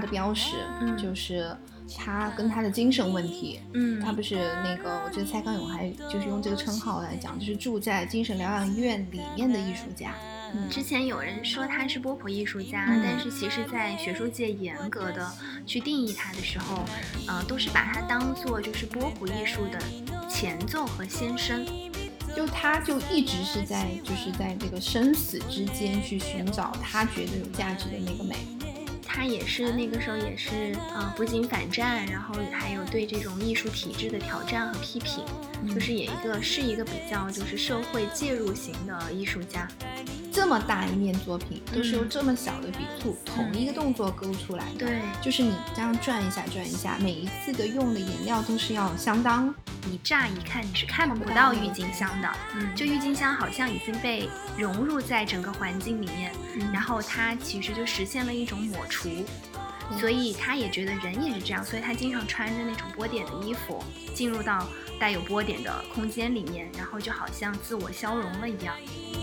的标识，就是他跟他的精神问题。他不是那个，我觉得蔡康永还就是用这个称号来讲，就是住在精神疗养院里面的艺术家。 之前有人说他是波普艺术家，但是其实在学术界严格的去定义他的时候，都是把他当做就是波普艺术的前奏和先声。 就他就一直是在这个生死之间去寻找他觉得有价值的那个美。 他也是那个时候也是不仅反战，然后还有对这种艺术体制的挑战和批评，就是是一个比较就是社会介入型的艺术家。 这么大一面作品都是用这么小的笔触，同一个动作勾出来的。 对， 就是你这样转一下，每一次的用的颜料都是要相当。 你乍一看你是看不到郁金香的，就郁金香好像已经被融入在整个环境里面，然后它其实就实现了一种抹除，所以他也觉得人也是这样，所以他经常穿着那种波点的衣服进入到带有波点的空间里面，然后就好像自我消融了一样。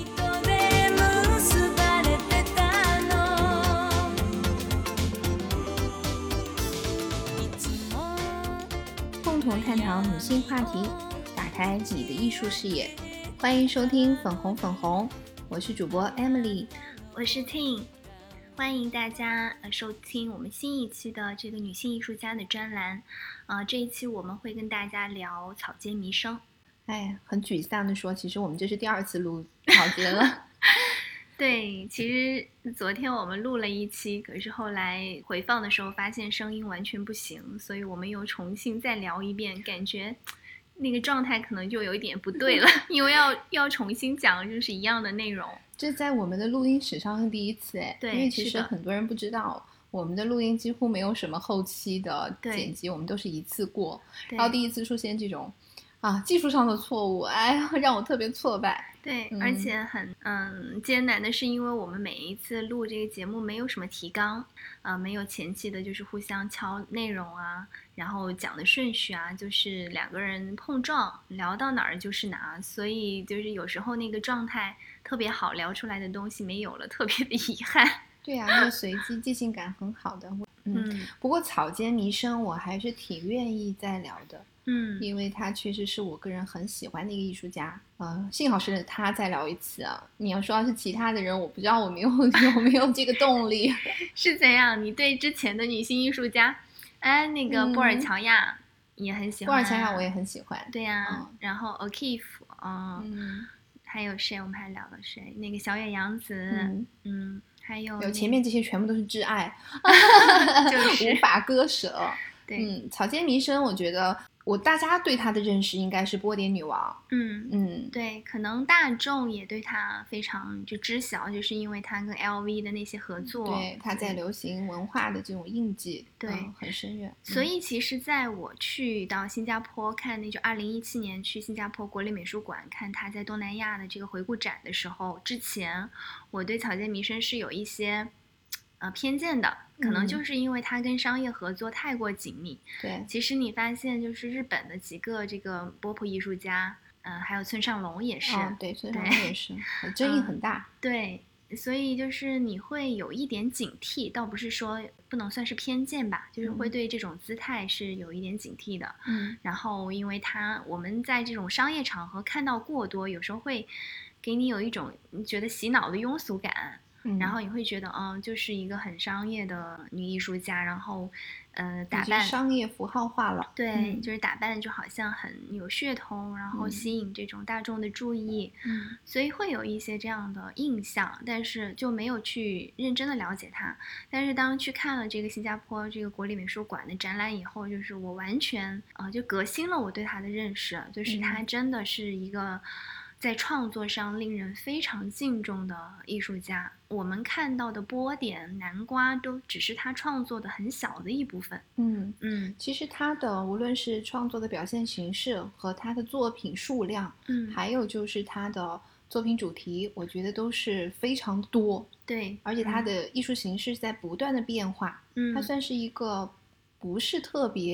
共同探讨女性话题，打开你的艺术视野。欢迎收听粉红粉红，我是主播 Emily， 我是 Ting， 欢迎大家收听我们新一期的这个女性艺术家的专栏。这一期我们会跟大家聊草间弥生。 很沮丧的说，其实我们这是第2次录草间了。 对，其实昨天我们录了一期，可是后来回放的时候发现声音完全不行，所以我们又重新再聊一遍，感觉那个状态可能就有一点不对了，因为要重新讲就是一样的内容。 这在我们的录音史上是第一次对， 因为其实很多人不知道我们的录音几乎没有什么后期的剪辑，我们都是一次过，然后第一次出现这种技术上的错误，让我特别挫败。 对，而且很艰难的是，因为我们每一次录这个节目没有什么提纲，没有前期的就是互相敲内容啊，然后讲的顺序啊，就是两个人碰撞，聊到哪儿就是哪，所以就是有时候那个状态特别好，聊出来的东西没有了，特别的遗憾。 对啊，那个随机即兴感很好的。不过草间弥生我还是挺愿意再聊的。因为他确实是我个人很喜欢的一个艺术家。幸好是他再聊一次啊！你要说是其他的人，我不知道我有没有这个动力。 是怎样？你对之前的女性艺术家，那个布尔乔亚也很喜欢。 布尔乔亚我也很喜欢。 对呀，然后 O'Keeffe，还有谁？我们还聊了谁？那个小野洋子，还有前面这些全部都是挚爱， 就是无法割舍。 对， 草间弥生，我觉得大家对她的认识应该是波点女王。 对，可能大众也对她非常就知晓，就是因为她跟 LV 的那些合作， 对她在流行文化的这种印记， 对， 很深远。 所以其实在我去到新加坡看，那就2017年去新加坡国立美术馆看她在东南亚的这个回顾展的时候，之前我对草间弥生是有一些偏见的，可能就是因为它跟商业合作太过紧密。 对， 其实你发现就是日本的几个这个波普艺术家，还有村上隆也是。 对，村上隆也是，争议很大。 对，所以就是你会有一点警惕，倒不是说不能算是偏见吧，就是会对这种姿态是有一点警惕的。然后因为我们在这种商业场合看到过多，有时候会给你有一种觉得洗脑的庸俗感。然后你会觉得就是一个很商业的女艺术家，然后打扮商业符号化了。 对，就是打扮就好像很有噱头，然后吸引这种大众的注意。所以会有一些这样的印象，但是就没有去认真的了解她。但是当去看了这个新加坡这个国立美术馆的展览以后，就是我完全就革新了我对她的认识，就是她真的是一个在创作上令人非常敬重的艺术家。我们看到的波点、南瓜都只是他创作的很小的一部分。 其实他的无论是创作的表现形式和他的作品数量，还有就是他的作品主题，我觉得都是非常多。 对， 而且他的艺术形式在不断的变化。他算是一个不是特别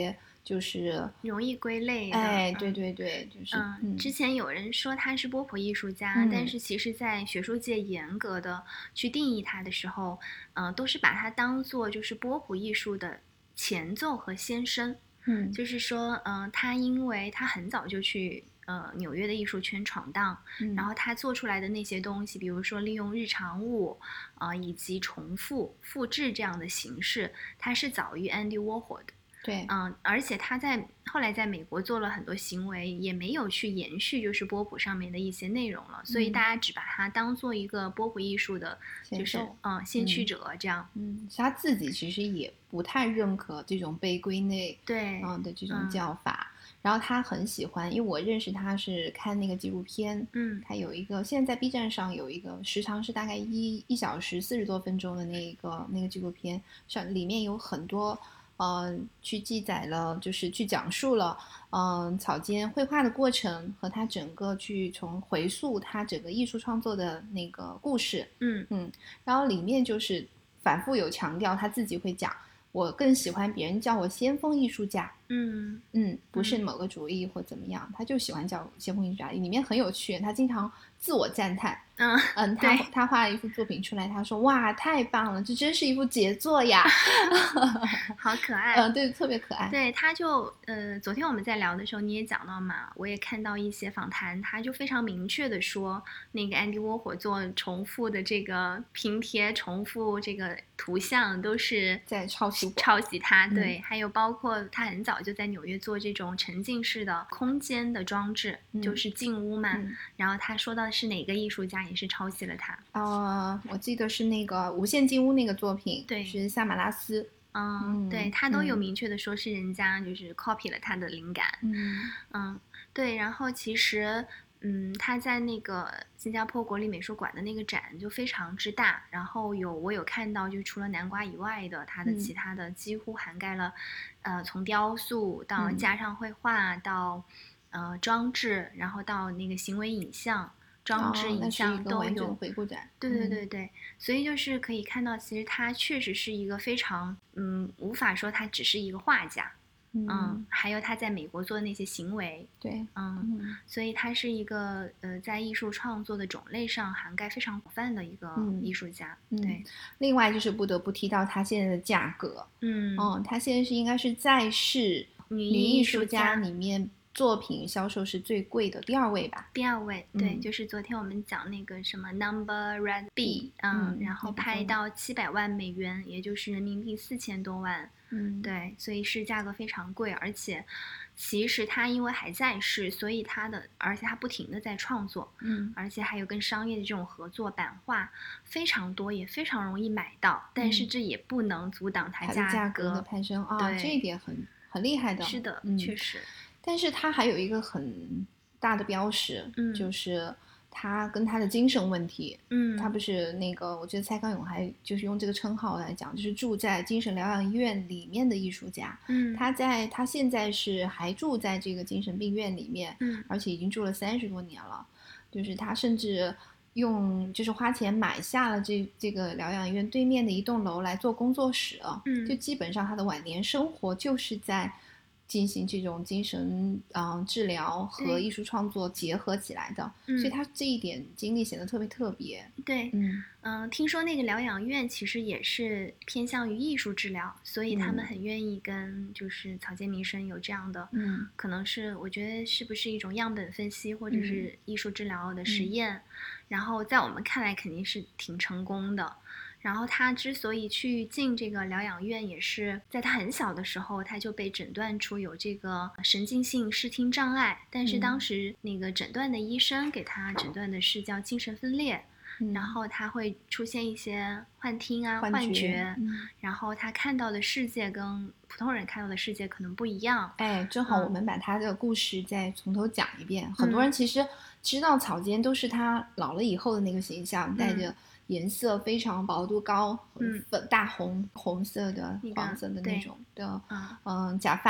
就是容易归类的。 哎，对对对，就是之前有人说他是波普艺术家，但是其实在学术界严格的去定义他的时候，都是把他当做就是波普艺术的前奏和先声。就是说，他因为他很早就去纽约的艺术圈闯荡，然后他做出来的那些东西，比如说利用日常物以及重复复制这样的形式，他是早于 Andy Warhol 的。 对， 而且他后来在美国做了很多行为，也没有去延续就是波普上面的一些内容了，所以大家只把它当做一个波普艺术的，就是先驱者这样。 他自己其实也不太认可这种被归类对的这种叫法。然后他很喜欢，因为我认识他是看那个纪录片，他有一个现在在 B 站上有一个时长是大概1小时40多分钟的那个纪录片，上里面有很多去记载了，就是去讲述了草间绘画的过程和他整个去从回溯他整个艺术创作的那个故事，然后里面就是反复有强调他自己会讲，我更喜欢别人叫我先锋艺术家，不是某个主义或怎么样，他就喜欢叫先锋艺术家。里面很有趣，他经常自我赞叹，他画了一幅作品出来，他说哇太棒了，这真是一幅杰作呀好可爱。 对，特别可爱。 对，他就昨天我们在聊的时候你也讲到嘛，我也看到一些访谈，他就非常明确的说，那个 Andy Warhol 做重复的这个拼贴，重复这个图像都是在抄袭他。对，还有包括他很早就在纽约做这种沉浸式的空间的装置，就是静屋嘛。然后他说到的是哪个艺术家也是抄袭了他。 我记得是那个无限静屋那个作品， 对， 是夏马拉斯。 对，他都有明确的说是人家就是 copy 了他的灵感。对，然后其实他在那个新加坡国立美术馆的那个展就非常之大，然后我有看到，就除了南瓜以外的，他的其他的几乎涵盖了，从雕塑到架上绘画到装置，然后到那个行为影像。装置影像都有回顾展。 对对对对，所以就是可以看到，其实他确实是一个非常无法说他只是一个画家，还有他在美国做的那些行为， 对， 所以他是一个在艺术创作的种类上涵盖非常广泛的一个艺术家。对， 另外就是不得不提到他现在的价格，他现在应该是在世女艺术家里面作品销售是最贵的，第2位吧？ 第2位，对，就是昨天我们讲那个什么 Number Red B，然后拍到700万美元，也就是人民币4000多万，对，所以是价格非常贵，而且其实他因为还在世，所以而且他不停的在创作，而且还有跟商业的这种合作，版画非常多，也非常容易买到，但是这也不能阻挡它价格的攀升啊，这一点很厉害的， 是的，确实。 但是他还有一个很大的标识，就是他跟他的精神问题，他不是那个，我觉得蔡康永还就是用这个称号来讲，就是住在精神疗养医院里面的艺术家，他现在是还住在这个精神病院里面，而且已经住了30多年了，就是他甚至就是花钱买下了这个疗养院对面的一栋楼来做工作室，就基本上他的晚年生活就是在进行这种精神治疗和艺术创作结合起来的，所以他这一点经历显得特别。 对，听说那个疗养院其实也是偏向于艺术治疗，所以他们很愿意跟就是草间弥生有这样的，可能是我觉得是不是一种样本分析或者是艺术治疗的实验，然后在我们看来肯定是挺成功的。然后他之所以去进这个疗养院，也是在他很小的时候，他就被诊断出有这个神经性视听障碍，但是当时那个诊断的医生给他诊断的是叫精神分裂，然后他会出现一些幻听啊、幻觉，然后他看到的世界跟普通人看到的世界可能不一样。 正好我们把他的故事再从头讲一遍。很多人其实知道草间都是他老了以后的那个形象，带着颜色非常薄度高，大红色的、黄色的那种的假发，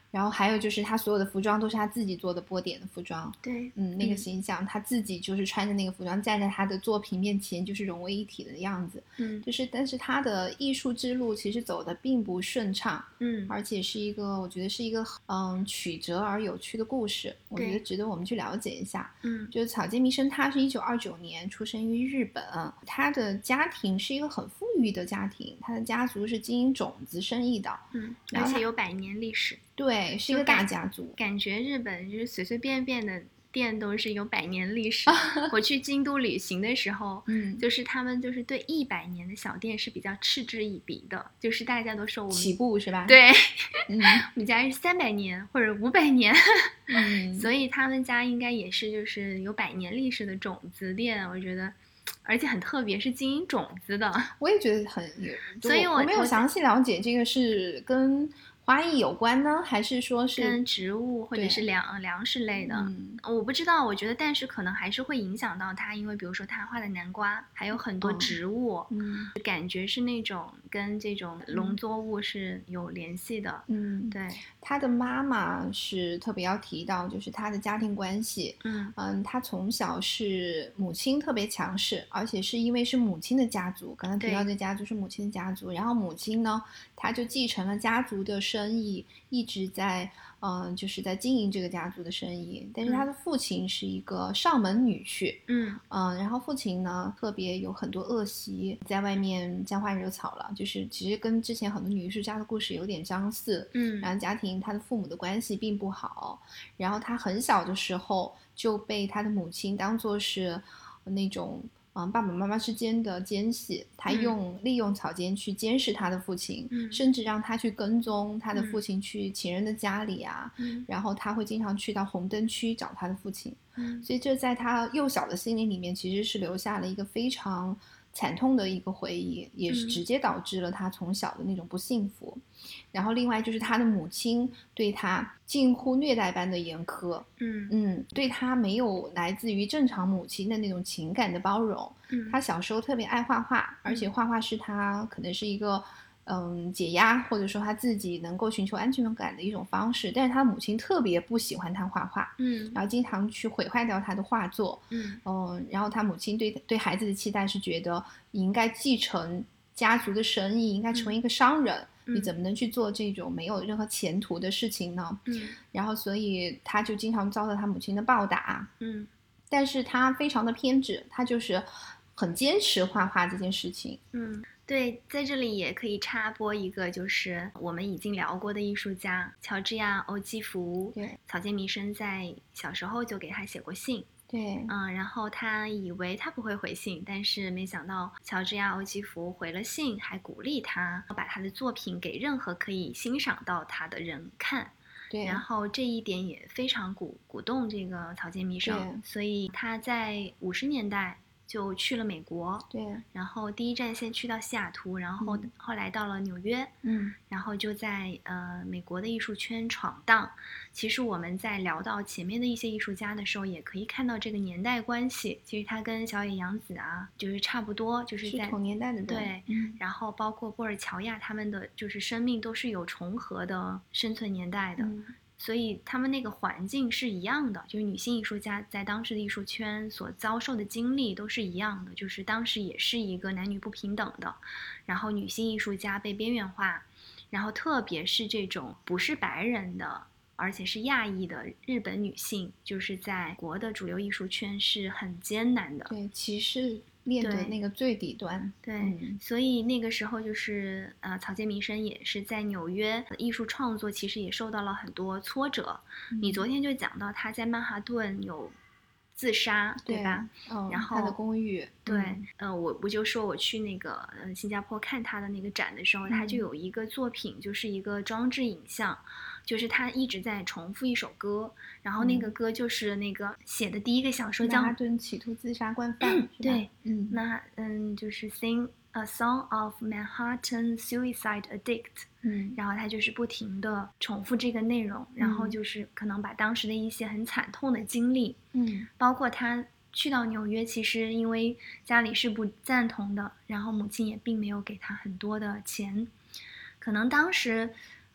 然后还有就是他所有的服装都是他自己做的波点的服装， 对， 那个形象他自己就是穿着那个服装站在他的作品面前，就是融为一体的样子，就是但是他的艺术之路其实走的并不顺畅，而且是一个我觉得是一个曲折而有趣的故事，我觉得值得我们去了解一下。就是草间弥生他是1929年出生于日本，他的家庭是一个很富裕的家庭，他的家族是经营种子生意的， 而且有100年历史， 对，是一个大家族。 感觉日本就是随随便便的店都是有100年历史。我去京都旅行的时候，就是他们就是对100年的小店是比较嗤之以鼻的，就是大家都说我们起步是吧？ 对，我们家是300年或者500年，所以他们家应该也是就是有100年历史的种子店，我觉得。而且很特别，是经营种子的。 我也觉得很， 所以我没有详细了解这个是跟花艺有关呢，还是说是跟植物或者是粮食类的？我不知道，我觉得，但是可能还是会影响到它，因为比如说他画的南瓜，还有很多植物，感觉是那种跟这种农作物是有联系的。对。 他的妈妈是特别要提到，就是他的家庭关系。他从小是母亲特别强势，而且是因为是母亲的家族，刚刚提到这家族是母亲的家族，然后母亲呢，她就继承了家族的生意，一直在就是在经营这个家族的生意。但是他的父亲是一个上门女婿，然后父亲呢特别有很多恶习，在外面沾花惹草了，就是其实跟之前很多女艺术家的故事有点相似。然后家庭他的父母的关系并不好，然后他很小的时候就被他的母亲当作是那种爸爸妈妈之间的奸细，他利用草间去监视他的父亲，甚至让他去跟踪他的父亲去情人的家里啊，然后他会经常去到红灯区找他的父亲，所以这在他幼小的心灵里面其实是留下了一个非常惨痛的一个回忆，也是直接导致了他从小的那种不幸福。然后另外就是他的母亲对他近乎虐待般的严苛，对他没有来自于正常母亲的那种情感的包容。他小时候特别爱画画，而且画画是他可能是一个解压，或者说他自己能够寻求安全感的一种方式，但是他母亲特别不喜欢他画画，然后经常去毁坏掉他的画作，然后他母亲对孩子的期待是觉得你应该继承家族的生意，应该成为一个商人，你怎么能去做这种没有任何前途的事情呢？然后所以他就经常遭到他母亲的暴打，但是他非常的偏执，他就是很坚持画画这件事情。 对，在这里也可以插播一个，就是我们已经聊过的艺术家乔治亚·欧基弗。 对， 草间弥生在小时候就给他写过信。 对， 然后他以为他不会回信，但是没想到乔治亚·欧基弗回了信，还鼓励他把他的作品给任何可以欣赏到他的人看。 对， 然后这一点也非常鼓动这个草间弥生，所以他在50年代就去了美国， 对， 然后第一站先去到西雅图，然后后来到了纽约，然后就在美国的艺术圈闯荡。其实我们在聊到前面的一些艺术家的时候，也可以看到这个年代关系。其实他跟小野洋子啊，就是差不多，就是在同年代的人。 对，然后包括布尔乔亚他们的就是生命都是有重合的生存年代的。所以他们那个环境是一样的，就是女性艺术家在当时的艺术圈所遭受的经历都是一样的，就是当时也是一个男女不平等的，然后女性艺术家被边缘化，然后特别是这种不是白人的，而且是亚裔的日本女性，就是在国的主流艺术圈是很艰难的。 对，歧视链的那个最底端。 对，所以那个时候就是草间弥生也是在纽约艺术创作其实也受到了很多挫折。你昨天就讲到他在曼哈顿有自杀，对吧？然后他的公寓。 对，我就说我去那个新加坡看他的那个展的时候，他就有一个作品，就是一个装置影像，就是他一直在重复一首歌，然后那个歌就是那个写的第一个小说叫曼哈顿企图自杀惯犯。 对，那就是 Sing a Song of Manhattan Suicide Addict。然后他就是不停的重复这个内容，然后就是可能把当时的一些很惨痛的经历，包括他去到纽约，其实因为家里是不赞同的，然后母亲也并没有给他很多的钱，可能当时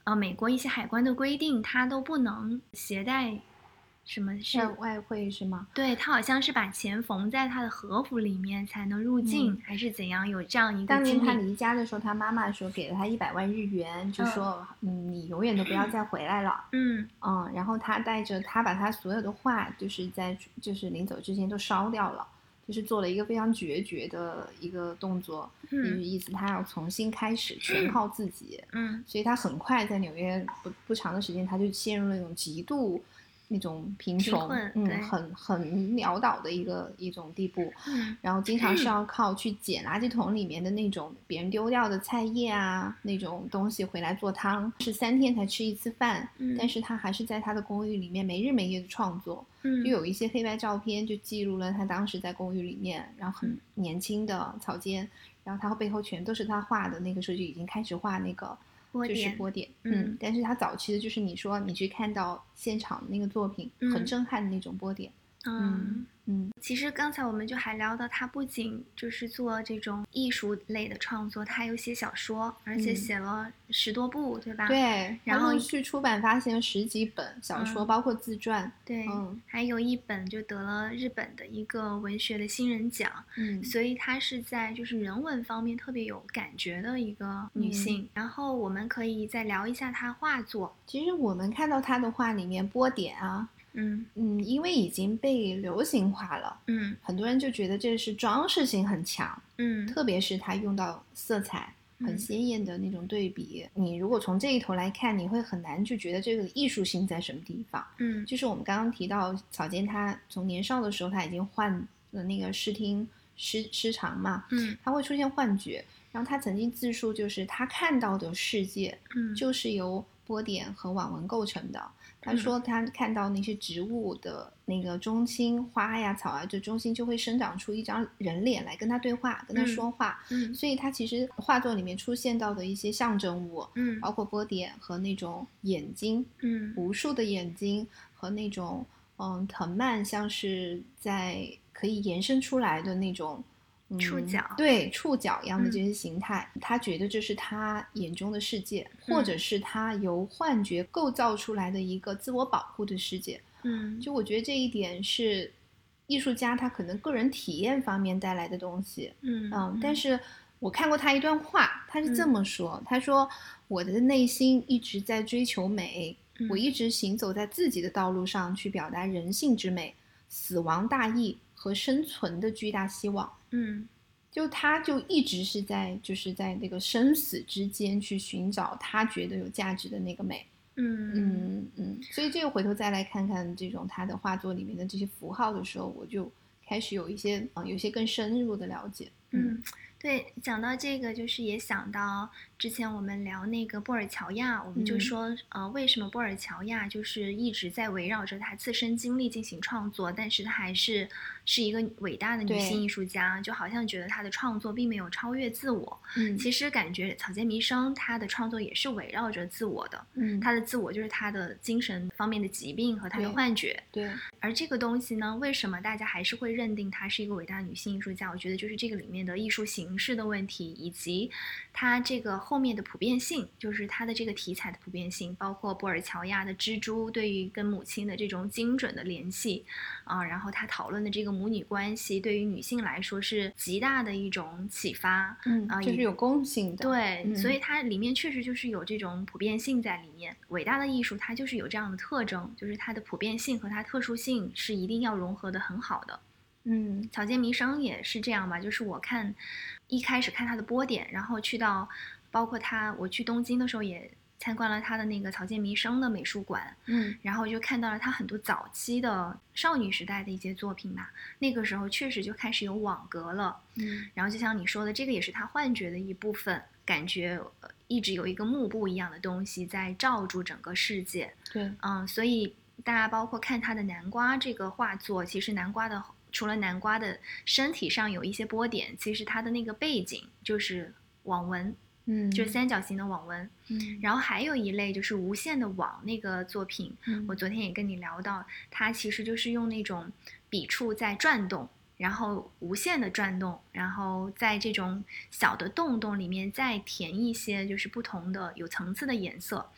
美国一些海关的规定，它都不能携带什么是外汇是吗？ 对，他好像是把钱缝在他的和服里面才能入境，还是怎样？有这样一个经历。 当年他离家的时候，他妈妈说给了他100万日元，就说你永远都不要再回来了。然后他把他所有的画，就是临走之前都烧掉了，就是做了一个非常决绝的一个动作，就是意思他要重新开始，全靠自己。所以他很快在纽约不长的时间，他就陷入了那种极度那种贫穷，很潦倒的一种地步。然后经常是要靠去捡垃圾桶里面的那种别人丢掉的菜叶啊，那种东西回来做汤，是3天才吃1次饭。但是他还是在他的公寓里面没日没夜的创作。就有一些黑白照片就记录了他当时在公寓里面，然后很年轻的草间，然后他背后全都是他画的，那个时候就已经开始画那个就是波点。但是他早期的就是你说你去看到现场那个作品，很震撼的那种波点。 其实刚才我们就还聊到，他不仅就是做这种艺术类的创作，他还有写小说，而且写了10多部，对吧？ 对， 然后陆续出版发行了10几本小说，包括自传。 对，还有一本就得了日本的一个文学的新人奖。所以她是在就是人文方面特别有感觉的一个女性。然后我们可以再聊一下她画作。 其实我们看到她的画里面波点啊。因为已经被流行化了，很多人就觉得这是装饰性很强，特别是它用到色彩很鲜艳的那种对比，你如果从这一头来看，你会很难就觉得这个艺术性在什么地方。就是我们刚刚提到草间，他从年少的时候他已经患了那个视听失常嘛，他会出现幻觉，然后他曾经自述就是他看到的世界，就是由波点和网纹构成的。他说他看到那些植物的那个中心，花呀草啊，这中心就会生长出一张人脸来跟他对话，跟他说话。所以他其实画作里面出现到的一些象征物，包括波点和那种眼睛，无数的眼睛和那种藤蔓，像是在可以延伸出来的那种触角， 对，触角一样的这些形态，他觉得这是他眼中的世界，或者是他由幻觉构造出来的一个自我保护的世界。就我觉得这一点是艺术家他可能个人体验方面带来的东西。但是我看过他一段话，他是这么说，他说我的内心一直在追求美，我一直行走在自己的道路上，去表达人性之美、死亡大义和生存的巨大希望。他就一直是就是在那个生死之间去寻找他觉得有价值的那个美。所以这个回头再来看看这种他的画作里面的这些符号的时候，我就开始有一些更深入的了解。 对，讲到这个，就是也想到之前我们聊那个波尔乔亚，我们就说，为什么波尔乔亚就是一直在围绕着她自身经历进行创作，但是她还是一个伟大的女性艺术家，就好像觉得她的创作并没有超越自我。其实感觉草间弥生她的创作也是围绕着自我的，她的自我就是她的精神方面的疾病和她的幻觉。 对， 而这个东西呢，为什么大家还是会认定她是一个伟大的女性艺术家？我觉得就是这个里面的艺术形式的问题，以及它这个后面的普遍性，就是它的这个题材的普遍性，包括波尔乔亚的蜘蛛对于跟母亲的这种精准的联系然后他讨论的这个母女关系对于女性来说是极大的一种启发。 就是有共性的。 对，所以它里面确实就是有这种普遍性在里面。伟大的艺术它就是有这样的特征，就是它的普遍性和它特殊性是一定要融合的很好的。草间弥生也是这样吧，就是我一开始看他的波点，然后包括我去东京的时候也参观了他的那个草间弥生的美术馆，然后就看到了他很多早期的少女时代的一些作品吧，那个时候确实就开始有网格了，然后就像你说的，这个也是他幻觉的一部分，感觉一直有一个幕布一样的东西在罩住整个世界。 对， 所以大家包括看他的南瓜这个画作，其实除了南瓜的身体上有一些波点，其实它的那个背景就是网纹，就是三角形的网纹。然后还有一类就是无限的网那个作品，我昨天也跟你聊到，它其实就是用那种笔触在转动，然后无限的转动，然后在这种小的洞洞里面再填一些就是不同的有层次的颜色。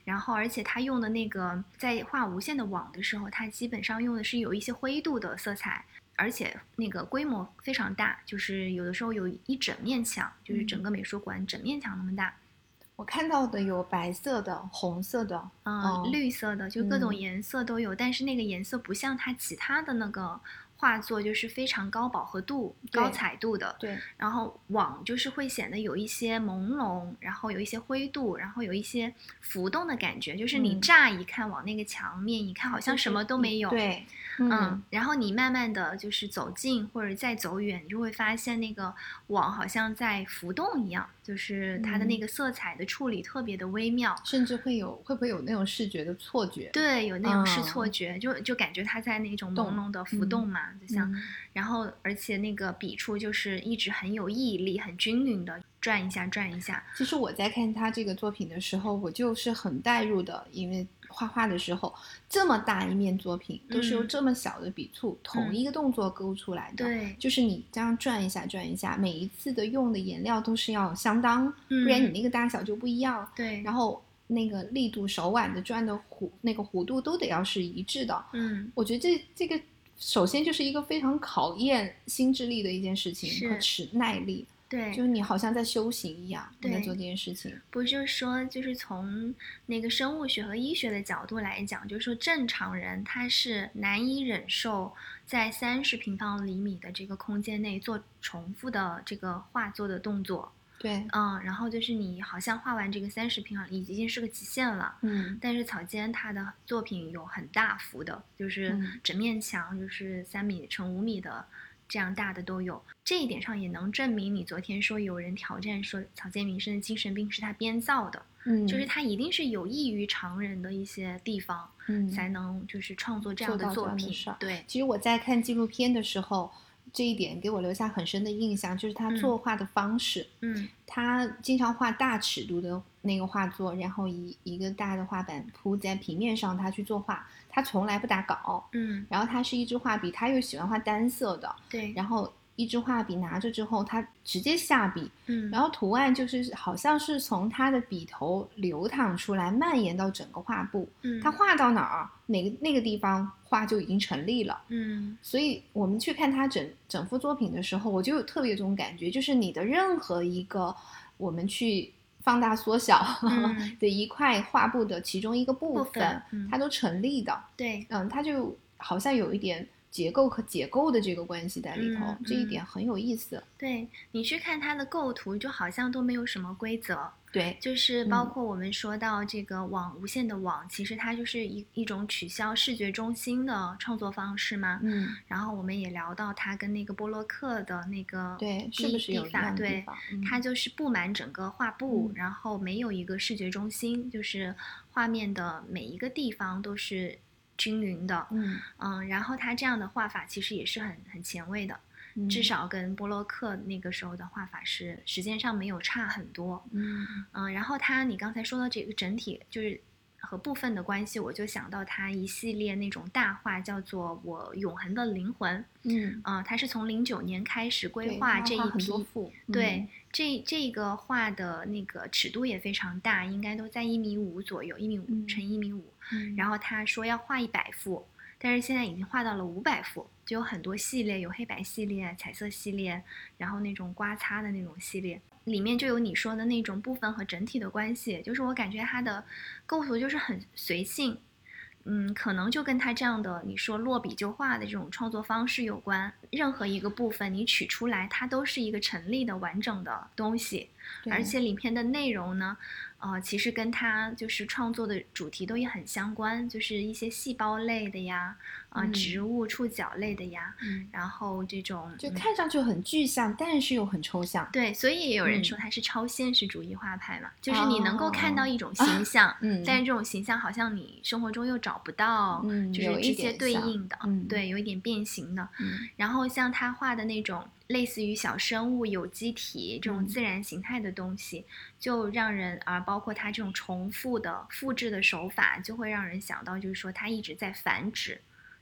然后而且他用的那个在画无限的网的时候，他基本上用的是有一些灰度的色彩，而且那个规模非常大，就是有的时候有一整面墙，就是整个美术馆整面墙那么大。 我看到的有白色的、红色的、 绿色的，就各种颜色都有，但是那个颜色不像它其他的那个画作，就是非常高饱和度、高彩度的。 对。 然后网就是会显得有一些朦胧，然后有一些灰度，然后有一些浮动的感觉，就是你乍一看往那个墙面一看，好像什么都没有。 对。 然后你慢慢的就是走近或者再走远，你就会发现那个网好像在浮动一样，就是它的那个色彩的处理特别的微妙， 甚至会不会有那种视觉的错觉？ 对，有那种视错觉，就感觉它在那种朦胧的浮动嘛，就像，然后而且那个笔触就是一直很有毅力、很均匀的转一下转一下。 其实我在看他这个作品的时候，我就是很带入的，因为画画的时候这么大一面作品都是由这么小的笔触同一个动作勾出来的， 对， 就是你这样转一下转一下，每一次的用的颜料都是要相当，不然你那个大小就不一样。 对， 然后那个力度、手腕的转的那个弧度都得要是一致的。我觉得这个首先就是一个非常考验心智力的一件事情和耐力。 对， 就是你好像在修行一样，你在做这件事情。 不是说就是从那个生物学和医学的角度来讲，就是说正常人他是难以忍受在30平方厘米的这个空间内做重复的这个画作的动作。 对， 然后就是你好像画完这个30平方已经是个极限了，但是草间他的作品有很大幅的，就是整面墙就是3米乘5米的这样大的都有。这一点上也能证明你昨天说有人挑战说草间弥生的精神病是他编造的，就是他一定是有异于常人的一些地方，才能就是创作这样的作品。对， 其实我在看纪录片的时候，这一点给我留下很深的印象，就是他作画的方式。他经常画大尺度的那个画作，然后一个大的画板铺在平面上，他去作画，他从来不打稿。然后他是一支画笔，他又喜欢画单色的。 对， 然后一支画笔拿着之后，他直接下笔，然后图案就是好像是从他的笔头流淌出来，蔓延到整个画布。他画到哪儿，那个地方画就已经成立了。所以我们去看他整幅作品的时候，我就有特别有这种感觉，就是你的任何一个我们去放大缩小的一块画布的其中一个部分，它都成立的。 对， 它就好像有一点结构和结构的这个关系在里头，这一点很有意思。 对，你去看它的构图，就好像都没有什么规则。 对， 就是包括我们说到这个网无限的网，其实它就是一种取消视觉中心的创作方式嘛。然后我们也聊到它跟那个波洛克的那个是不是有一样的地方？ 它就是布满整个画布，然后没有一个视觉中心，就是画面的每一个地方都是均匀的。然后它这样的画法其实也是很前卫的。至少跟波洛克那个时候的画法是时间上没有差很多。然后你刚才说的这个整体就是和部分的关系，我就想到他一系列那种大画叫做我永恒的灵魂。他是从09年开始规划这一批。对，这个画的那个尺度也非常大，应该都在1.5米左右，1.5米乘1.5米。然后他说要画100幅，但是现在已经画到了500幅，就有很多系列，有黑白系列、彩色系列，然后那种刮擦的那种系列，里面就有你说的那种部分和整体的关系，就是我感觉它的构图就是很随性。可能就跟他这样的你说落笔就画的这种创作方式有关，任何一个部分你取出来，它都是一个成立的完整的东西，而且里面的内容呢其实跟他就是创作的主题都也很相关，就是一些细胞类的呀，植物触角类的呀，然后这种就看上去很具象，但是又很抽象。 对，所以也有人说它是超现实主义画派嘛，就是你能够看到一种形象，但是这种形象好像你生活中又找不到，就是直接对应的，对，有一点变形的。然后像他画的那种类似于小生物、有机体这种自然形态的东西，就让人包括它这种重复的复制的手法，就会让人想到，就是说它一直在繁殖，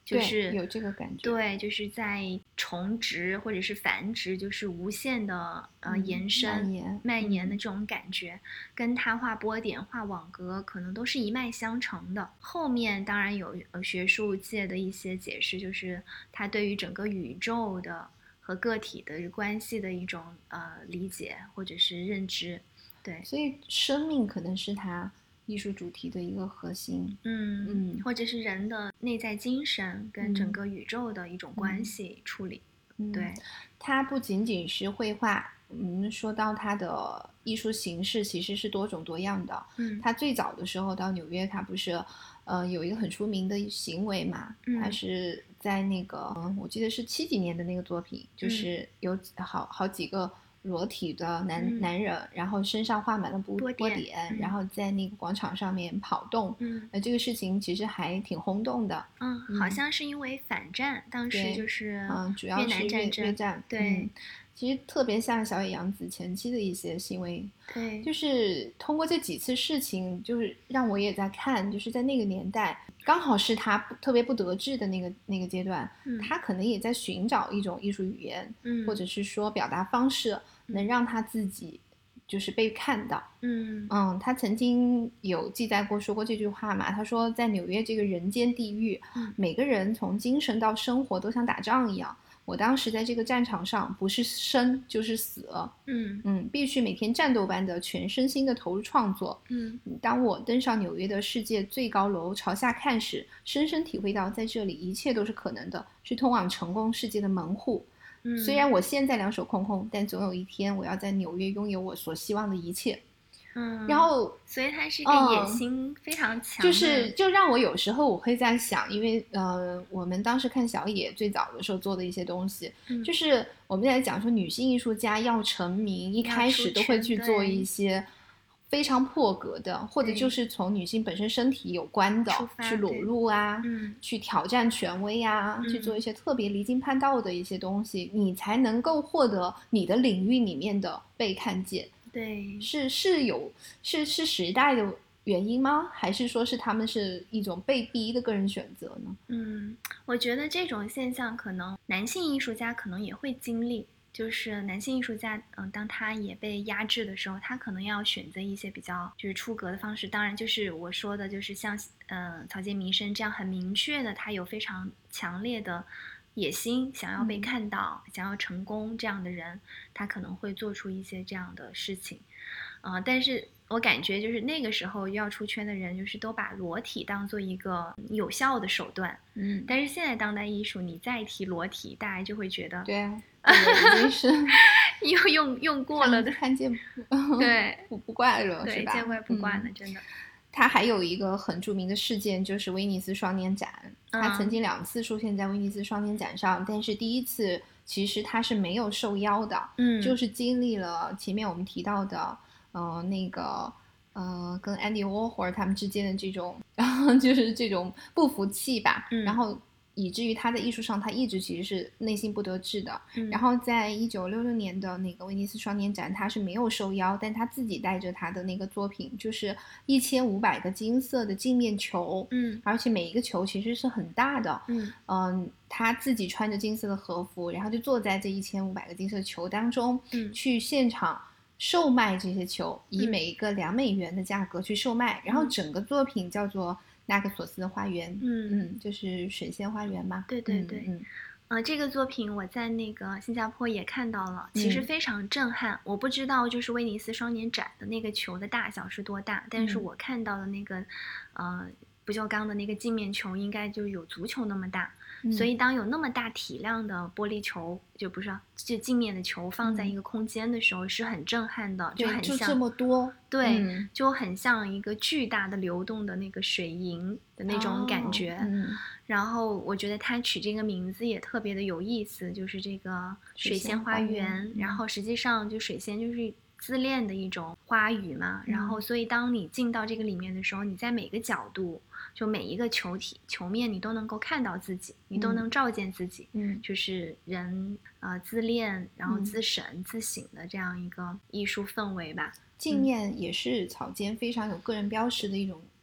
就是有这个感觉。 对，就是在重植或者是繁殖，就是无限的延伸、蔓延的这种感觉，跟他画波点、画网格可能都是一脉相承的。后面当然有学术界的一些解释，就是他对于整个宇宙的和个体的关系的一种理解或者是认知。对， 所以生命可能是他艺术主题的一个核心， 或者是人的内在精神跟整个宇宙的一种关系处理。对， 它不仅仅是绘画，说到它的艺术形式其实是多种多样的。它最早的时候到纽约，它不是有一个很出名的行为嘛，它是在那个我记得是70几年的那个作品，就是有好几个裸体的男人，然后身上画满了波点，然后在那个广场上面跑动。这个事情其实还挺轰动的。 好像是因为反战，当时就是主要是越战。 对， 其实特别像小野洋子前期的一些行为。 对， 就是通过这几次事情，就是让我也在看，就是在那个年代，刚好是他特别不得志的那个阶段，他可能也在寻找一种艺术语言，或者是说表达方式，能让他自己就是被看到。他曾经有记载过说过这句话嘛，他说在纽约这个人间地狱，每个人从精神到生活都像打仗一样。我当时在这个战场上，不是生就是死。必须每天战斗般的全身心的投入创作。当我登上纽约的世界最高楼朝下看时，深深体会到在这里一切都是可能的，是通往成功世界的门户。虽然我现在两手空空，但总有一天我要在纽约拥有我所希望的一切。然后所以他是一个野心非常强的， 就让我有时候我会在想，因为我们当时看小野最早的时候做的一些东西，就是我们在讲说女性艺术家要成名，一开始都会去做一些非常破格的，或者就是从女性本身身体有关的，去裸露啊，去挑战权威啊，去做一些特别离经叛道的一些东西，你才能够获得你的领域里面的被看见。 对， 是时代的原因吗？还是说是他们是一种被逼的个人选择呢？ 我觉得这种现象可能男性艺术家可能也会经历，就是男性艺术家，当他也被压制的时候，他可能要选择一些比较就是出格的方式。当然，就是我说的，就是像草间弥生这样很明确的，他有非常强烈的野心，想要被看到，想要成功这样的人，他可能会做出一些这样的事情。但是我感觉就是那个时候要出圈的人，就是都把裸体当做一个有效的手段。但是现在当代艺术，你再提裸体，大家就会觉得， 对啊，已经是又用过了的， 看见对不怪了， 对， 是吧？ 见怪不怪了，真的。 他还有一个很著名的事件，就是威尼斯双年展。他曾经2次出现在威尼斯双年展上，但是第一次其实他是没有受邀的。就是经历了前面我们提到的那个跟 Andy Warhol 他们之间的这种就是这种不服气吧。然后以至于他在艺术上他一直其实是内心不得志的。然后在1966年的那个威尼斯双年展，他是没有受邀，但他自己带着他的那个作品，就是1500个金色的镜面球。而且每一个球其实是很大的。他自己穿着金色的和服，然后就坐在这1500个金色球当中，去现场售卖这些球，以每一个$2的价格去售卖。然后整个作品叫做纳克索斯的花园。就是水仙花园嘛。 对对对。这个作品我在那个新加坡也看到了，其实非常震撼。我不知道就是威尼斯双年展的那个球的大小是多大，但是我看到的那个不锈钢的那个镜面球应该就有足球那么大。所以当有那么大体量的玻璃球，就镜面的球放在一个空间的时候，是很震撼的，就很像就这么多。 对，就很像一个巨大的流动的那个水银的那种感觉。然后我觉得他取这个名字也特别的有意思，就是这个水仙花园。然后实际上就水仙就是自恋的一种花语嘛。然后所以当你进到这个里面的时候，你在每个角度，就每一个球面，你都能够看到自己，你都能照见自己。就是人自恋，然后自审、自省的这样一个艺术氛围吧。 镜面也是草间非常有个人标识的一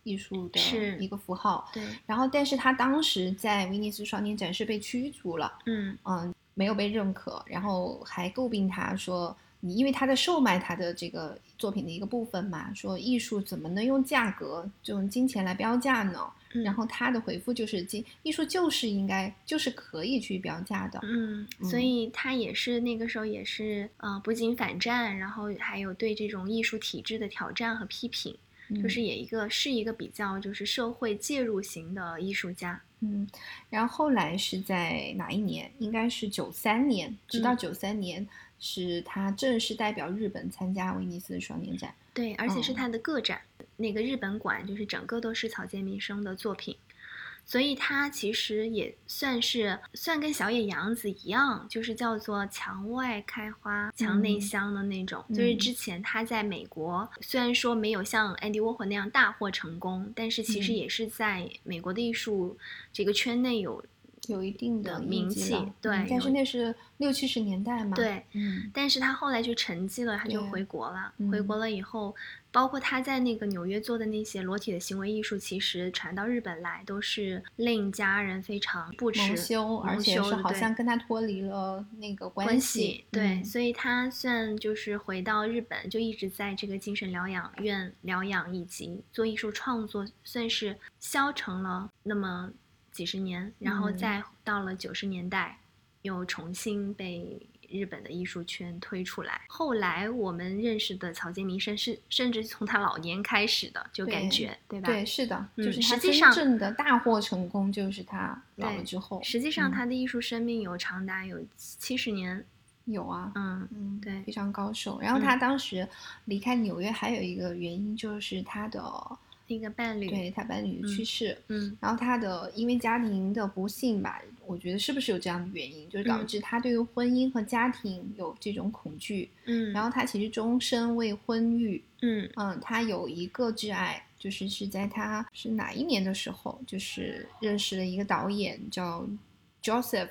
艺术的一个符号。 对。 然后但是他当时在威尼斯双年展是被驱逐了，没有被认可，然后还诟病他说，你因为他在售卖他的这个作品的一个部分嘛，说艺术怎么能用价格就用金钱来标价呢？然后他的回复就是艺术就是可以去标价的。 所以他也是那个时候也是不仅反战，然后还有对这种艺术体制的挑战和批评，就是是一个比较就是社会介入型的艺术家。 然后后来是在哪一年？应该是93年，直到93年是他正式代表日本参加威尼斯双年展。 对，而且是他的个展，那个日本馆就是整个都是草间弥生的作品，所以他其实也算跟小野洋子一样，就是叫做墙外开花墙内香的那种。就是之前他在美国虽然说没有像安迪沃霍那样大获成功，但是其实也是在美国的艺术这个圈内有一定的名气。对， 但是那是60、70年代嘛。 对，但是他后来就沉寂了，他就回国了。回国了以后，包括他在那个纽约做的那些裸体的行为艺术，其实传到日本来都是令家人非常不齿蒙羞，而且是好像跟他脱离了那个关系。 对，所以他算就是回到日本，就一直在这个精神疗养院疗养以及做艺术创作，算是消沉了那么几十年，然后再到了90年代，又重新被日本的艺术圈推出来。后来我们认识的草间弥生是甚至从他老年开始的，就感觉 对吧？ 对，是的，就是他真正的大获成功就是他老了之后。 实际上他的艺术生命长达有70年。 有啊， 对， 非常高寿。然后他当时离开纽约还有一个原因就是他的一个伴侣， 对，他伴侣去世，然后他的因为家庭的不幸吧，我觉得是不是有这样的原因，就是导致他对于婚姻和家庭有这种恐惧，然后他其实终身未婚育，他有一个挚爱，就是在他是哪一年的时候，就是认识了一个导演叫 Joseph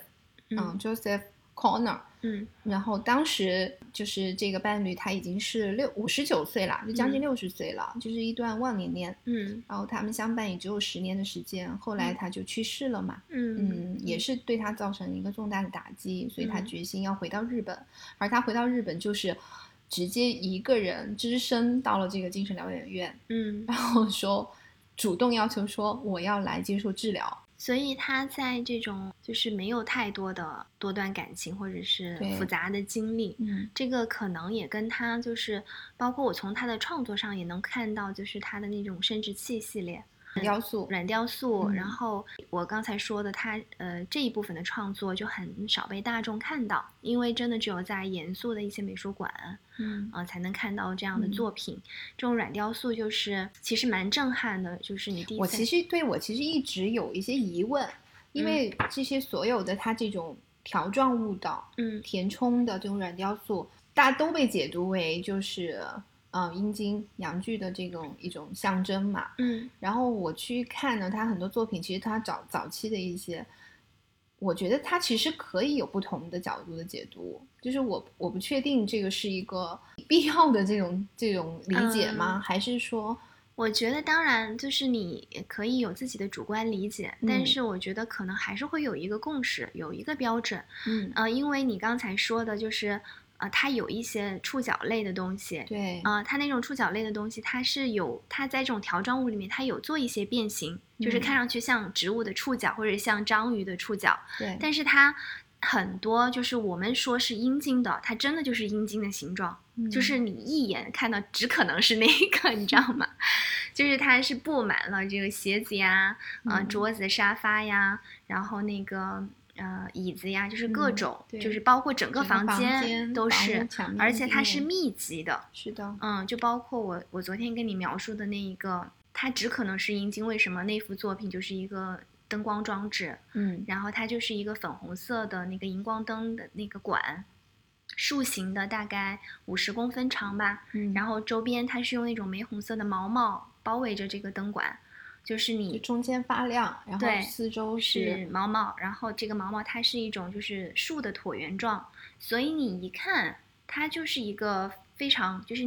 Corner，然后当时就是这个伴侣他已经是59岁了，就将近60岁了，就是一段忘年恋，然后他们相伴也只有10年的时间，后来他就去世了嘛，也是对他造成一个重大的打击，所以他决心要回到日本，而他回到日本就是直接一个人只身到了这个精神疗养院，然后说主动要求说我要来接受治疗。 所以他在这种就是没有太多的多段感情或者是复杂的经历，这个可能也跟他就是包括我从他的创作上也能看到，就是他的那种生殖器系列软雕塑，然后我刚才说的他这一部分的创作就很少被大众看到，因为真的只有在严肃的一些美术馆才能看到这样的作品。这种软雕塑就是其实蛮震撼的，就是你第一次我其实一直有一些疑问，因为这些所有的他这种条状舞蹈填充的这种软雕塑，大家都被解读为就是阴茎阳具的这种一种象征嘛，然后我去看呢，他很多作品，其实他早期的一些，我觉得他其实可以有不同的角度的解读，就是我不确定这个是一个必要的这种理解吗？还是说？ 我觉得当然就是你可以有自己的主观理解，但是我觉得可能还是会有一个共识，有一个标准，因为你刚才说的就是它有一些触角类的东西， 对， 它那种触角类的东西，它在这种条状物里面，它有做一些变形，就是看上去像植物的触角或者像章鱼的触角， 对， 但是它很多就是我们说是阴茎的，它真的就是阴茎的形状，就是你一眼看到只可能是那个，你知道吗？就是它是布满了这个鞋子呀，桌子、沙发呀，然后那个椅子呀，就是各种，就是包括整个房间都是，而且它是密集的， 是的， 就包括我昨天跟你描述的那一个，它只可能是阴茎，为什么那幅作品就是一个灯光装置，然后它就是一个粉红色的那个荧光灯的那个管，竖形的，大概50公分长吧，然后周边它是用那种玫红色的毛毛包围着这个灯管，就是你中间发亮，然后四周是毛毛，然后这个毛毛它是一种就是竖的椭圆状，所以你一看它就是一个非常就是你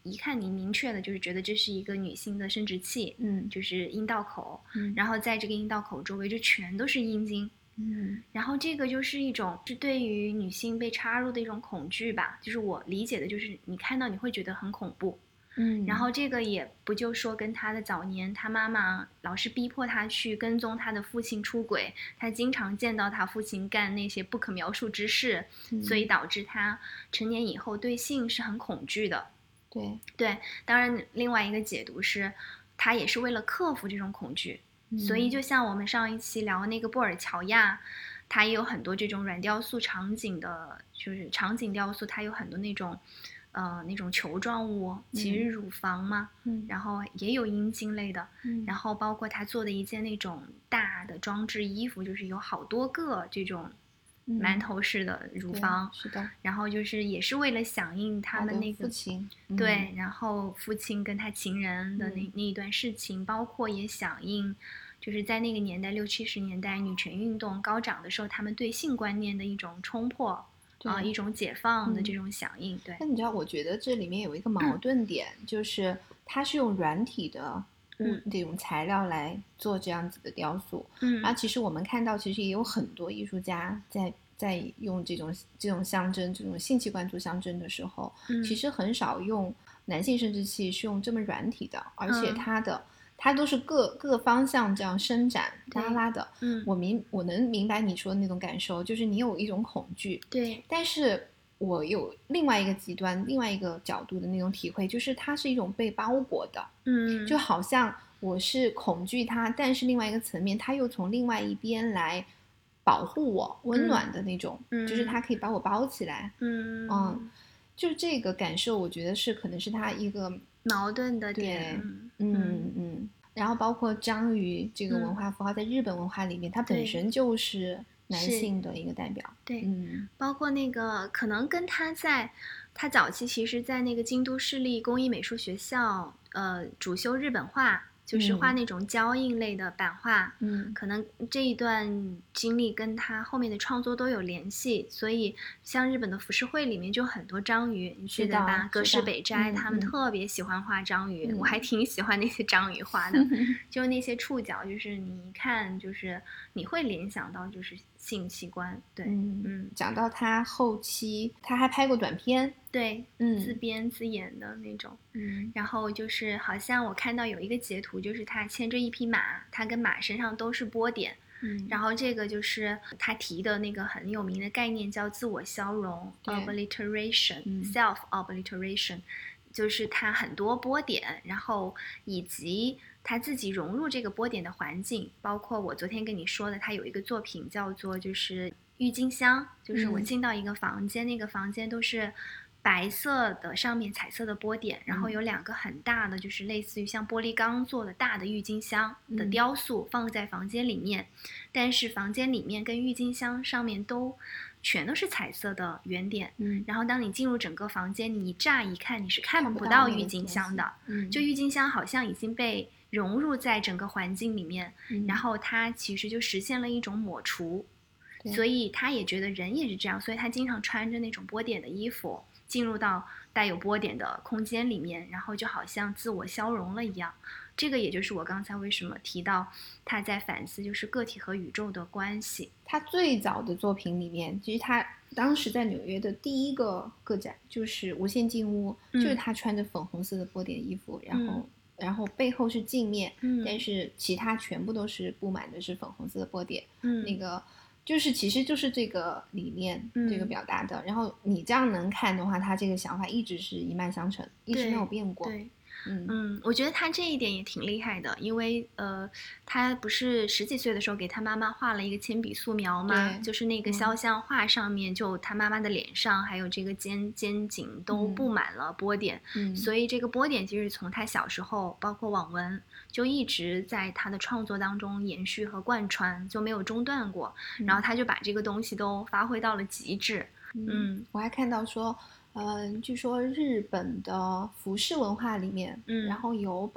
一看你明确的就是觉得这是一个女性的生殖器，就是阴道口，然后在这个阴道口周围就全都是阴茎。然后这个就是一种是对于女性被插入的一种恐惧吧，就是我理解的就是你看到你会觉得很恐怖。然后这个也不就说跟他的早年他妈妈老是逼迫他去跟踪他的父亲出轨，他经常见到他父亲干那些不可描述之事，所以导致他成年以后对性是很恐惧的。对，当然另外一个解读是他也是为了克服这种恐惧，所以就像我们上一期聊那个布尔乔亚，他也有很多这种软雕塑场景的，就是场景雕塑，它有很多那种球状物，其实乳房嘛，然后也有阴茎类的，然后包括他做的一件那种大的装置衣服，就是有好多个这种馒头式的乳房， 是的， 然后就是也是为了响应他们那个父亲， 对，然后父亲跟他情人的那一段事情，包括也响应。就是在那个年代，60、70年代女权运动高涨的时候，他们对性观念的一种冲破一种解放的这种响应。对， 那你知道，我觉得这里面有一个矛盾点，就是它是用软体的这种材料来做这样子的雕塑，然后其实我们看到，其实也有很多艺术家在用这种象征，这种性器官做象征的时候，其实很少用男性生殖器是用这么软体的，而且它都是各个方向这样伸展拉拉的。我能明白你说的那种感受，就是你有一种恐惧。 对， 但是我有另外一个极端、另外一个角度的那种体会，就是它是一种被包裹的。就好像我是恐惧它，但是另外一个层面，它又从另外一边来保护我、温暖的那种，就是它可以把我包起来。就这个感受，我觉得可能是它一个矛盾的点。 然后包括章鱼这个文化符号，在日本文化里面，它本身就是男性的一个代表。 对，包括那个可能跟他早期其实在那个京都市立工艺美术学校主修日本画，就是画那种胶印类的版画，可能这一段经历跟他后面的创作都有联系，所以像日本的浮世绘里面就很多章鱼，你记得吧？葛饰北斋他们特别喜欢画章鱼，我还挺喜欢那些章鱼画的，就那些触角，就是你一看就是你会联想到就是性器官。对， 讲到他后期，他还拍过短片。 对，自编自演的那种。然后就是好像我看到有一个截图，就是他牵着一匹马，他跟马身上都是波点。然后这个就是他提的那个很有名的概念，叫自我消融 obliteration，self obliteration，就是他很多波点，然后以及他自己融入这个波点的环境，包括我昨天跟你说的，他有一个作品叫做就是郁金香，就是我进到一个房间，那个房间都是白色的，上面彩色的波点，然后有2个很大的，就是类似于像玻璃钢做的大的郁金香的雕塑放在房间里面，但是房间里面跟郁金香上面全都是彩色的圆点。然后当你进入整个房间，你乍一看你是看不到郁金香的，就郁金香好像已经被融入在整个环境里面，然后它其实就实现了一种抹除。所以他也觉得人也是这样，所以他经常穿着那种波点的衣服进入到带有波点的空间里面，然后就好像自我消融了一样。这个也就是我刚才为什么提到他在反思就是个体和宇宙的关系。 他最早的作品里面，其实他当时在纽约的第一个个展就是无限镜屋，就是他穿着粉红色的波点衣服，然后背后是镜面，但是其他全部都是布满的是粉红色的波点。那个其实就是这个理念，这个表达的。然后你这样能看的话，他这个想法一直是一脉相承，一直没有变过。 对，我觉得他这一点也挺厉害的，因为他不是10几岁的时候给他妈妈画了一个铅笔素描嘛，就是那个肖像画上面，就他妈妈的脸上还有这个肩颈都布满了波点，所以这个波点其实从他小时候，包括网文，就一直在他的创作当中延续和贯穿，就没有中断过。然后他就把这个东西都发挥到了极致。 我还看到说，据说日本的服饰文化里面，然后有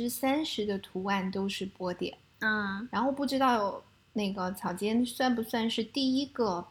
30%的图案都是波点。然后不知道那个草间算不算是第一个把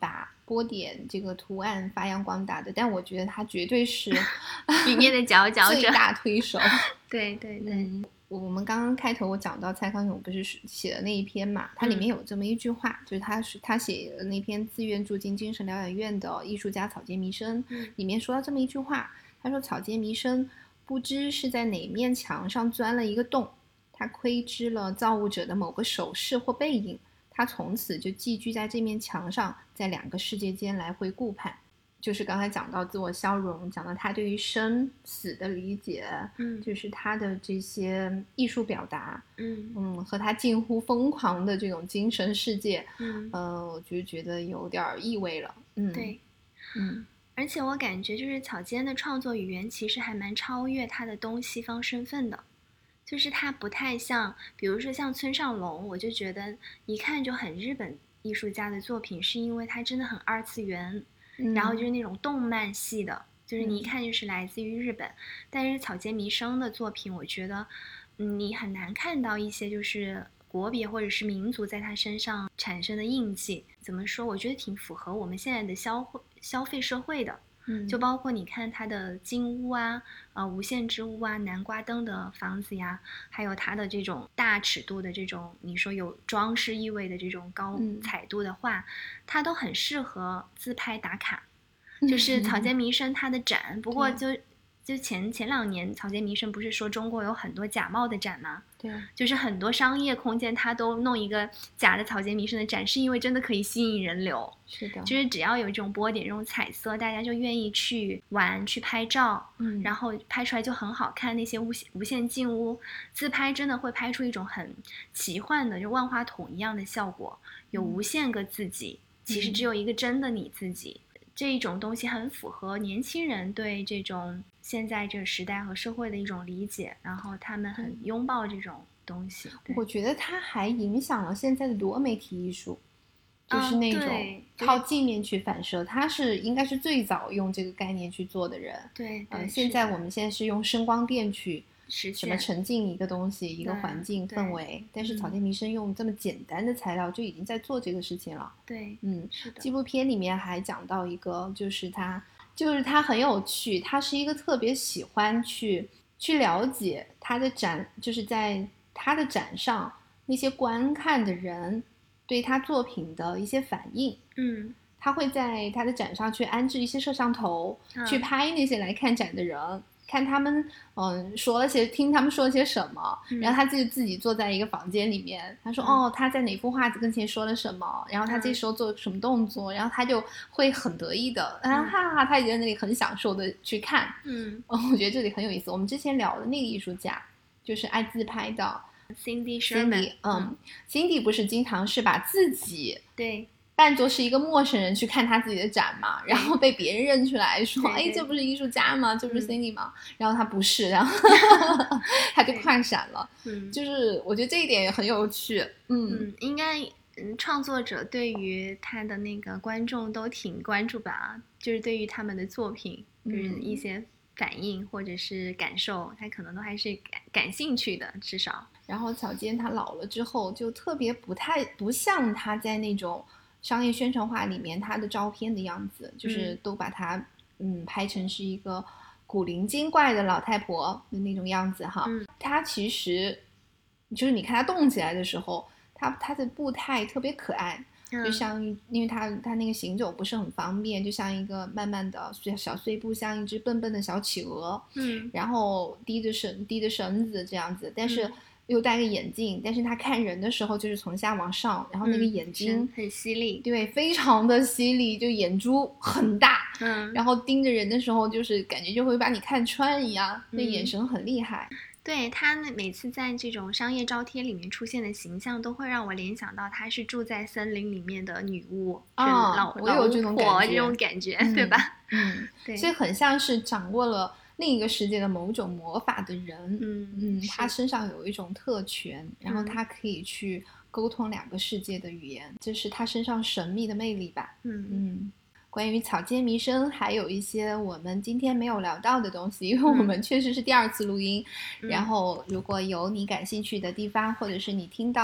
波点这个图案发扬光大的，但我觉得他绝对是里面的佼佼者， 最大推手。 对对对。 我们刚刚开头我讲到蔡康永不是写的那一篇嘛，它里面有这么一句话，就是他写的那篇自愿住进精神疗养院的艺术家草间弥生，里面说到这么一句话，他说草间弥生不知是在哪面墙上钻了一个洞，他窥知了造物者的某个手势或背影，他从此就寄居在这面墙上，在两个世界间来回顾盼。就是刚才讲到自我消融，讲到他对于生死的理解，就是他的这些艺术表达，和他近乎疯狂的这种精神世界，我就觉得有点意味了。 对，而且我感觉就是草间的创作语言其实还蛮超越他的东西方身份的，就是他不太像，比如说像村上隆，我就觉得一看就很日本艺术家的作品，是因为他真的很二次元。然后就是那种动漫系的，就是你一看就是来自于日本。但是草间弥生的作品，我觉得，你很难看到一些就是国别或者是民族在他身上产生的印记。怎么说？我觉得挺符合我们现在的消费社会的。就包括你看他的金屋啊，无限之屋啊，南瓜灯的房子呀，还有他的这种大尺度的这种你说有装饰意味的这种高彩度的画，它都很适合自拍打卡。就是草间弥生他的展，不过就前2年草间弥生不是说中国有很多假冒的展吗？ 对， 就是很多商业空间他都弄一个假的草间弥生的展，是因为真的可以吸引人流。 是的， 就是只要有这种波点这种彩色，大家就愿意去玩去拍照，然后拍出来就很好看。那些无限镜屋自拍真的会拍出一种很奇幻的就万花筒一样的效果，有无限个自己，其实只有一个真的你自己。这一种东西很符合年轻人对这种现在这个时代和社会的一种理解，然后他们很拥抱这种东西。 我觉得它还影响了现在的多媒体艺术，就是那种靠镜面去反射，他是应该是最早用这个概念去做的人。 对， 现在我们现在是用声光电去什么沉浸一个东西一个环境氛围，但是草间弥生用这么简单的材料就已经在做这个事情了。 对，是的。 纪录片里面还讲到一个，就是他很有趣，他是一个特别喜欢去了解他的展，就是在他的展上那些观看的人对他作品的一些反应。他会在他的展上去安置一些摄像头，去拍那些来看展的人，看他们听他们说了些什么，然后他自己坐在一个房间里面，他说他在哪幅画跟前说了什么，然后他这时候做什么动作，然后他就会很得意的他也在那里很享受的去看。我觉得这里很有意思。我们之前聊的那个艺术家就是爱自拍的 Cindy Sherman，Cindy 不是经常是把自己对扮作是一个陌生人去看他自己的展嘛，然后被别人认出来说这不是艺术家吗？这不是 Cindy 吗？然后他不是，然后他就快闪了。就是我觉得这一点也很有趣。 应该创作者对于他的那个观众都挺关注吧，就是对于他们的作品就是一些反应或者是感受，他可能都还是感兴趣的，至少。 然后草间他老了之后就特别不像他在那种商业宣传画里面他的照片的样子，就是都把他拍成是一个古灵精怪的老太婆的那种样子哈。他其实就是你看他动起来的时候，他的步态特别可爱，就像因为他那个行走不是很方便，就像一个慢慢的小碎步，像一只笨笨的小企鹅，然后低着绳子这样子，但是又戴个眼镜，但是他看人的时候就是从下往上，然后那个眼睛很犀利， 对，非常的犀利，就眼珠很大，然后盯着人的时候就是感觉就会把你看穿一样，那眼神很厉害。 对，他每次在这种商业招贴里面出现的形象都会让我联想到他是住在森林里面的女巫， 我有这种感觉，对吧？对， 所以很像是掌握了另一个世界的某种魔法的人。他身上有一种特权，然后他可以去沟通两个世界的语言，这是他身上神秘的魅力吧。关于草间弥生还有一些我们今天没有聊到的东西，因为我们确实是第2次录音，然后如果有你感兴趣的地方，或者是你听到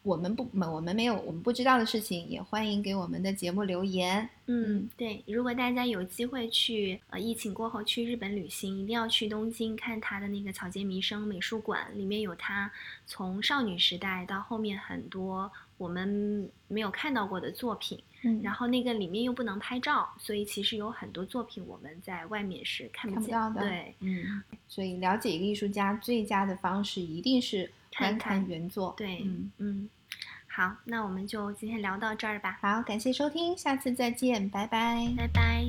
我们不知道的事情，也欢迎给我们的节目留言。 对，如果大家有机会去疫情过后去日本旅行，一定要去东京看他的那个草间弥生美术馆，里面有他从少女时代到后面很多我们没有看到过的作品。然后那个里面又不能拍照，所以其实有很多作品我们在外面是看不到的。 对， 所以了解一个艺术家最佳的方式一定是观看原作。 对，好，那我们就今天聊到这儿吧。 好，感谢收听，下次再见，拜拜。 拜拜。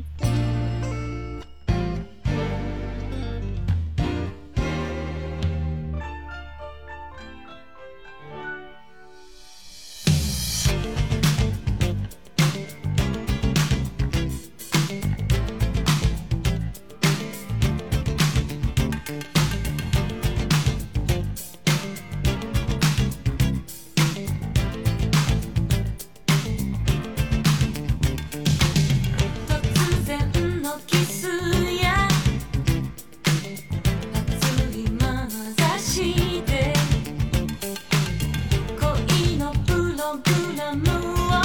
恋のプログラムを